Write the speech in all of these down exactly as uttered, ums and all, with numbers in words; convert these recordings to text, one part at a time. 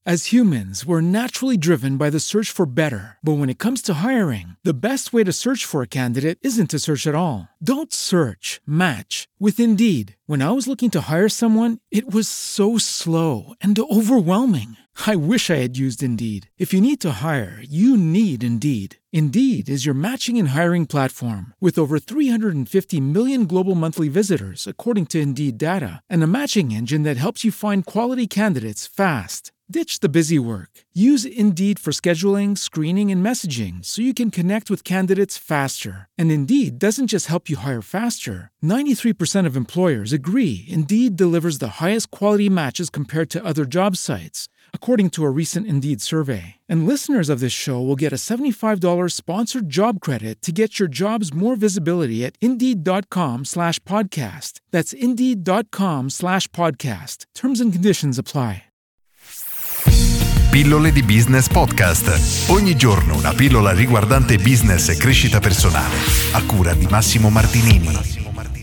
As humans, we're naturally driven by the search for better. But when it comes to hiring, the best way to search for a candidate isn't to search at all. Don't search, match with Indeed. When I was looking to hire someone, it was so slow and overwhelming. I wish I had used Indeed. If you need to hire, you need Indeed. Indeed is your matching and hiring platform with over three hundred fifty million global monthly visitors, according to Indeed data, and a matching engine that helps you find quality candidates fast. Ditch the busy work. Use Indeed for scheduling, screening, and messaging so you can connect with candidates faster. And Indeed doesn't just help you hire faster. ninety-three percent of employers agree Indeed delivers the highest quality matches compared to other job sites, according to a recent Indeed survey. And listeners of this show will get a seventy-five dollars sponsored job credit to get your jobs more visibility at Indeed.com slash podcast. That's Indeed.com slash podcast. Terms and conditions apply. Pillole di Business Podcast. Ogni giorno una pillola riguardante business e crescita personale. A cura di Massimo Martinini.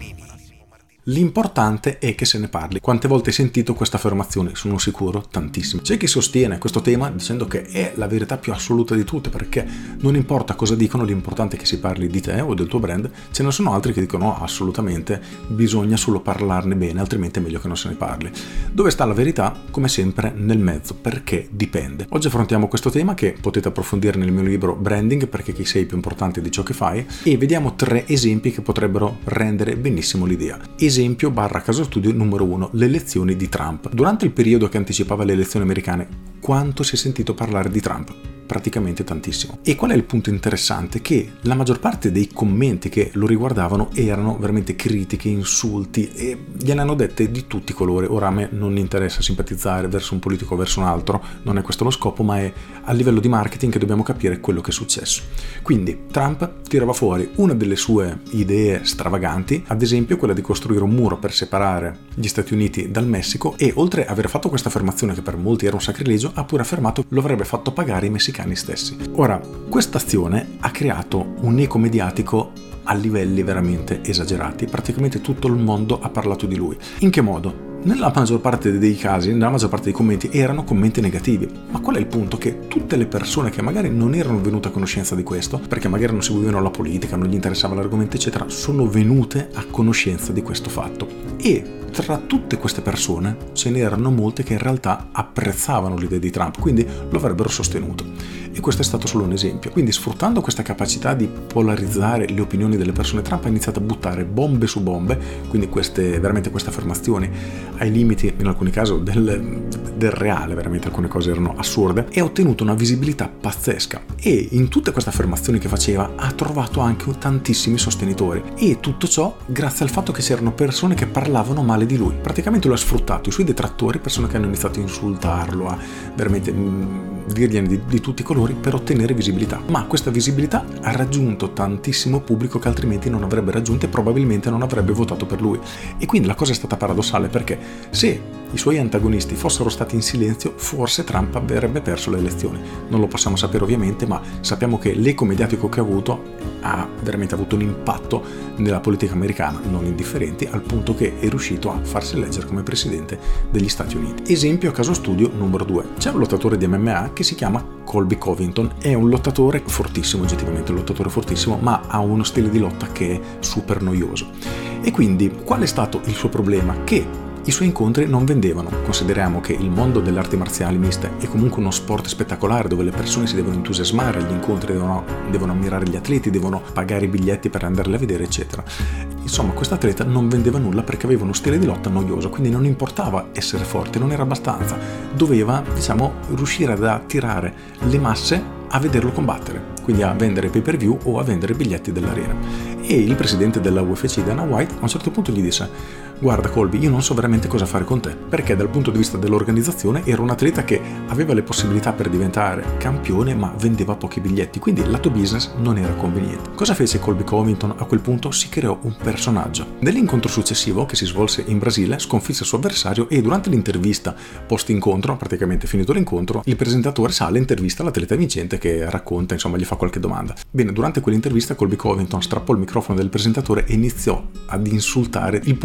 L'importante è che se ne parli. Quante volte hai sentito questa affermazione? Sono sicuro tantissime. C'è chi sostiene questo tema dicendo che è la verità più assoluta di tutte, perché non importa cosa dicono, l'importante è che si parli di te o del tuo brand. Ce ne sono altri che dicono no, assolutamente bisogna solo parlarne bene, altrimenti è meglio che non se ne parli. Dove sta la verità? Come sempre nel mezzo, perché dipende. Oggi affrontiamo questo tema che potete approfondire nel mio libro Branding, perché chi sei più importante di ciò che fai, e vediamo tre esempi che potrebbero rendere benissimo l'idea. Esempio barra caso studio numero uno, le elezioni di Trump. Durante il periodo che anticipava le elezioni americane, quanto si è sentito parlare di Trump? Praticamente tantissimo. E qual è il punto interessante? Che la maggior parte dei commenti che lo riguardavano erano veramente critiche, insulti, e gliene hanno dette di tutti i colori. Ora a me non interessa simpatizzare verso un politico o verso un altro, non è questo lo scopo, ma è a livello di marketing che dobbiamo capire quello che è successo. Quindi Trump tirava fuori una delle sue idee stravaganti, ad esempio quella di costruire un muro per separare gli Stati Uniti dal Messico, e oltre ad aver fatto questa affermazione che per molti era un sacrilegio, ha pure affermato che lo avrebbe fatto pagare i messicani stessi. Ora, questa azione ha creato un eco mediatico a livelli veramente esagerati. Praticamente tutto il mondo ha parlato di lui. In che modo? Nella maggior parte dei casi, nella maggior parte dei commenti erano commenti negativi. Ma qual è il punto? Che tutte le persone che magari non erano venute a conoscenza di questo, perché magari non seguivano la politica, non gli interessava l'argomento eccetera, sono venute a conoscenza di questo fatto. E tra tutte queste persone ce n'erano molte che in realtà apprezzavano l'idea di Trump, quindi lo avrebbero sostenuto. E questo è stato solo un esempio. Quindi, sfruttando questa capacità di polarizzare le opinioni delle persone, Trump ha iniziato a buttare bombe su bombe, quindi queste veramente queste affermazioni ai limiti in alcuni casi del, del reale, veramente alcune cose erano assurde, e ha ottenuto una visibilità pazzesca. E in tutte queste affermazioni che faceva ha trovato anche tantissimi sostenitori, e tutto ciò grazie al fatto che c'erano persone che parlavano male di lui. Praticamente lo ha sfruttato, i suoi detrattori, persone che hanno iniziato a insultarlo, a veramente mh, dirgliene di, di tutti i colori per ottenere visibilità. Ma questa visibilità ha raggiunto tantissimo pubblico che altrimenti non avrebbe raggiunto e probabilmente non avrebbe votato per lui. E quindi la cosa è stata paradossale, perché se i suoi antagonisti fossero stati in silenzio, forse Trump avrebbe perso le elezioni. Non lo possiamo sapere ovviamente, ma sappiamo che l'eco mediatico che ha avuto ha veramente avuto un impatto nella politica americana non indifferente, al punto che è riuscito a farsi eleggere come presidente degli Stati Uniti. Esempio a caso studio numero due. C'è un lottatore di M M A che si chiama Colby Covington. È un lottatore fortissimo, oggettivamente un lottatore fortissimo, ma ha uno stile di lotta che è super noioso. E quindi qual è stato il suo problema? Che i suoi incontri non vendevano. Consideriamo che il mondo delle arti marziali miste è comunque uno sport spettacolare dove le persone si devono entusiasmare agli incontri, devono, devono ammirare gli atleti, devono pagare i biglietti per andarli a vedere eccetera. Insomma, questo atleta non vendeva nulla perché aveva uno stile di lotta noioso, quindi non importava essere forte, non era abbastanza, doveva, diciamo, riuscire ad attirare le masse a vederlo combattere, quindi a vendere pay per view o a vendere biglietti dell'arena. E il presidente della U F C, Dana White, a un certo punto gli disse: guarda Colby, io non so veramente cosa fare con te, perché dal punto di vista dell'organizzazione era un atleta che aveva le possibilità per diventare campione ma vendeva pochi biglietti, quindi il lato business non era conveniente. Cosa fece Colby Covington? A quel punto si creò un personaggio. Nell'incontro successivo, che si svolse in Brasile, sconfisse il suo avversario e durante l'intervista post incontro, praticamente finito l'incontro, il presentatore sale e intervista l'atleta vincente che racconta, insomma gli fa qualche domanda. Bene, durante quell'intervista Colby Covington strappò il microfono del presentatore e iniziò ad insultare il pubblico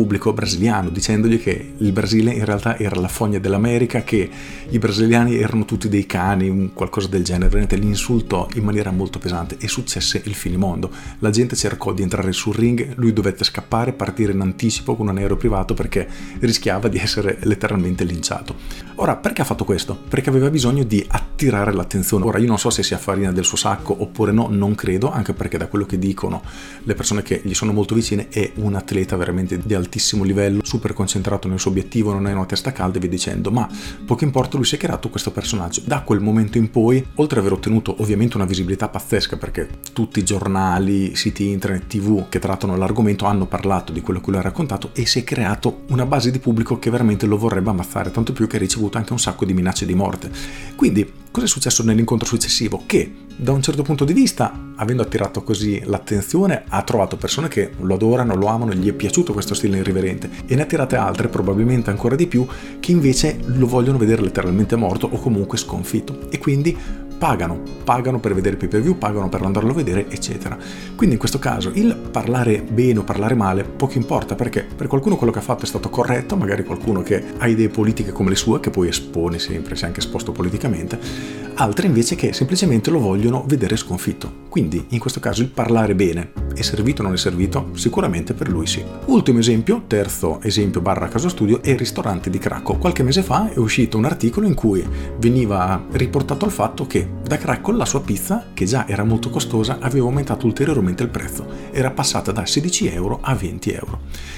brasiliano, dicendogli che il Brasile in realtà era la fogna dell'America, che i brasiliani erano tutti dei cani, un qualcosa del genere. Veramente l'insultò in maniera molto pesante e successe il finimondo. La gente cercò di entrare sul ring, lui dovette scappare, partire in anticipo con un aereo privato perché rischiava di essere letteralmente linciato. Ora, perché ha fatto questo? Perché aveva bisogno di attirare l'attenzione. Ora, io non so se sia farina del suo sacco oppure no, non credo, anche perché da quello che dicono le persone che gli sono molto vicine è un atleta veramente di altissimo livello, super concentrato nel suo obiettivo, non è una testa calda e via dicendo, ma poco importa, lui si è creato questo personaggio. Da quel momento in poi, oltre ad aver ottenuto ovviamente una visibilità pazzesca, perché tutti i giornali, siti internet, tv che trattano l'argomento hanno parlato di quello che lui ha raccontato, e si è creato una base di pubblico che veramente lo vorrebbe ammazzare, tanto più che ha ricevuto anche un sacco di minacce di morte. Quindi cosa è successo nell'incontro successivo? Che da un certo punto di vista, avendo attirato così l'attenzione, ha trovato persone che lo adorano, lo amano, gli è piaciuto questo stile irriverente, e ne ha attirate altre, probabilmente ancora di più, che invece lo vogliono vedere letteralmente morto o comunque sconfitto, e quindi pagano, pagano per vedere il pay per view, pagano per andarlo a vedere, eccetera. Quindi in questo caso il parlare bene o parlare male poco importa, perché per qualcuno quello che ha fatto è stato corretto, magari qualcuno che ha idee politiche come le sue, che poi espone sempre, si è anche esposto politicamente, altri invece che semplicemente lo vogliono vedere sconfitto. Quindi in questo caso il parlare bene è servito o non è servito? Sicuramente per lui sì. Ultimo esempio, terzo esempio barra caso studio, è il ristorante di Cracco. Qualche mese fa è uscito un articolo in cui veniva riportato il fatto che da Cracco la sua pizza, che già era molto costosa, aveva aumentato ulteriormente il prezzo, era passata da sedici euro a venti euro.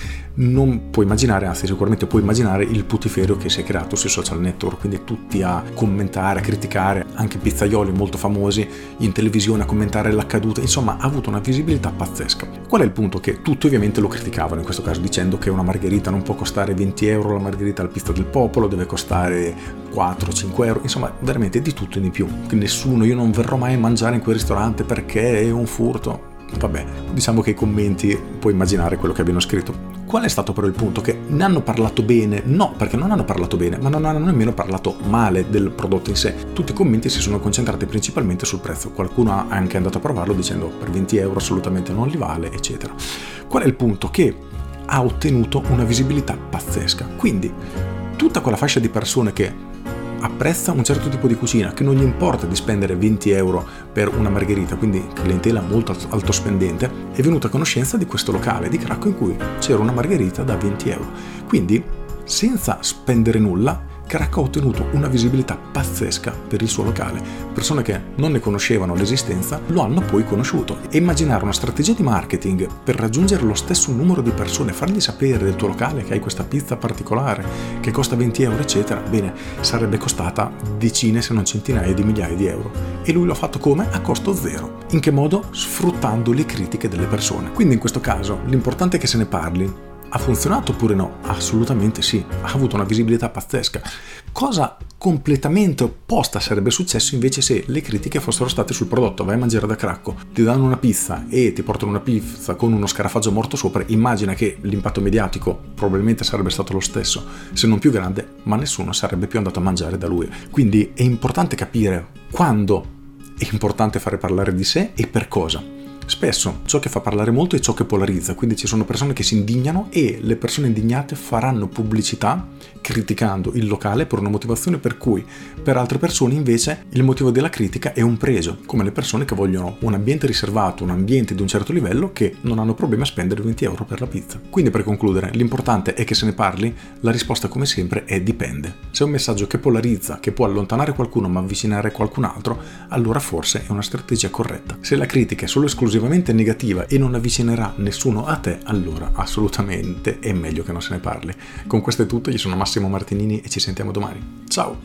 Non puoi immaginare, anzi sicuramente puoi immaginare il putiferio che si è creato sui social network, quindi tutti a commentare, a criticare, anche pizzaioli molto famosi in televisione a commentare l'accaduto, insomma ha avuto una visibilità pazzesca. Qual è il punto? Che tutti ovviamente lo criticavano in questo caso, dicendo che una margherita non può costare venti euro, la margherita al Pizza del Popolo deve costare quattro cinque euro, insomma veramente di tutto e di più. Nessuno, io non verrò mai a mangiare in quel ristorante perché è un furto. Vabbè, diciamo che i commenti puoi immaginare quello che abbiano scritto. Qual è stato però il punto? Che ne hanno parlato bene? No, perché non hanno parlato bene, ma non hanno nemmeno parlato male del prodotto in sé. Tutti i commenti si sono concentrati principalmente sul prezzo. Qualcuno è anche andato a provarlo dicendo per venti euro assolutamente non li vale, eccetera. Qual è il punto? Che ha ottenuto una visibilità pazzesca. Quindi tutta quella fascia di persone che apprezza un certo tipo di cucina, che non gli importa di spendere venti euro per una margherita, quindi clientela molto alto spendente, è venuta a conoscenza di questo locale di Cracco in cui c'era una margherita da venti euro. Quindi, senza spendere nulla, Cracco ha ottenuto una visibilità pazzesca per il suo locale. Persone che non ne conoscevano l'esistenza lo hanno poi conosciuto. E immaginare una strategia di marketing per raggiungere lo stesso numero di persone, fargli sapere del tuo locale che hai questa pizza particolare che costa venti euro, eccetera, bene, sarebbe costata decine se non centinaia di migliaia di euro. E lui l'ha fatto come? A costo zero. In che modo? Sfruttando le critiche delle persone. Quindi in questo caso l'importante è che se ne parli. Ha funzionato oppure no? Assolutamente sì, ha avuto una visibilità pazzesca. Cosa completamente opposta sarebbe successo invece se le critiche fossero state sul prodotto. Vai a mangiare da Cracco, ti danno una pizza e ti portano una pizza con uno scarafaggio morto sopra. Immagina che l'impatto mediatico probabilmente sarebbe stato lo stesso, se non più grande, ma nessuno sarebbe più andato a mangiare da lui. Quindi è importante capire quando è importante fare parlare di sé e per cosa. Spesso ciò che fa parlare molto è ciò che polarizza, quindi ci sono persone che si indignano e le persone indignate faranno pubblicità criticando il locale per una motivazione per cui per altre persone invece il motivo della critica è un pregio, come le persone che vogliono un ambiente riservato, un ambiente di un certo livello, che non hanno problemi a spendere venti euro per la pizza. Quindi per concludere, l'importante è che se ne parli, la risposta come sempre è dipende. Se è un messaggio che polarizza, che può allontanare qualcuno ma avvicinare qualcun altro, allora forse è una strategia corretta. Se la critica è solo esclusivamente negativa e non avvicinerà nessuno a te, allora assolutamente è meglio che non se ne parli. Con questo è tutto, io sono Massimo Martinini e ci sentiamo domani. Ciao!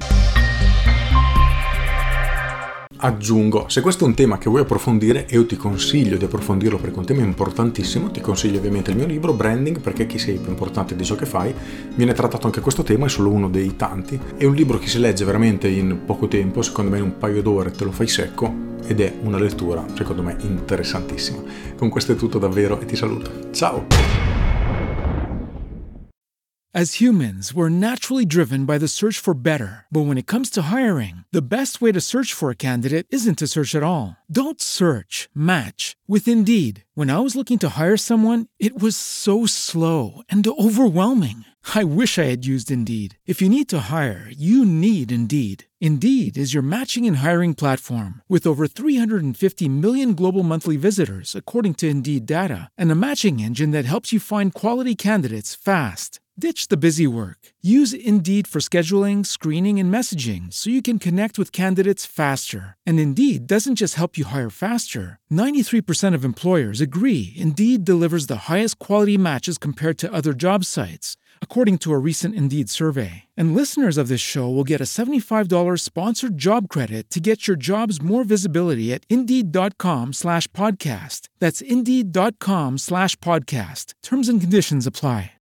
Aggiungo, se questo è un tema che vuoi approfondire, e io ti consiglio di approfondirlo perché è un tema importantissimo, ti consiglio ovviamente il mio libro Branding, perché chi sei più importante di ciò che fai. Viene trattato anche questo tema, è solo uno dei tanti. È un libro che si legge veramente in poco tempo, secondo me in un paio d'ore te lo fai secco, ed è una lettura secondo me interessantissima. Con questo è tutto davvero e ti saluto. Ciao! As humans, we're naturally driven by the search for better. But when it comes to hiring, the best way to search for a candidate isn't to search at all. Don't search, match with Indeed. When I was looking to hire someone, it was so slow and overwhelming. I wish I had used Indeed. If you need to hire, you need Indeed. Indeed is your matching and hiring platform with over three hundred fifty million global monthly visitors, according to Indeed data, and a matching engine that helps you find quality candidates fast. Ditch the busy work. Use Indeed for scheduling, screening, and messaging so you can connect with candidates faster. And Indeed doesn't just help you hire faster. ninety-three percent of employers agree Indeed delivers the highest quality matches compared to other job sites, according to a recent Indeed survey. And listeners of this show will get a seventy-five dollars sponsored job credit to get your jobs more visibility at Indeed.com slash podcast. That's Indeed.com slash podcast. Terms and conditions apply.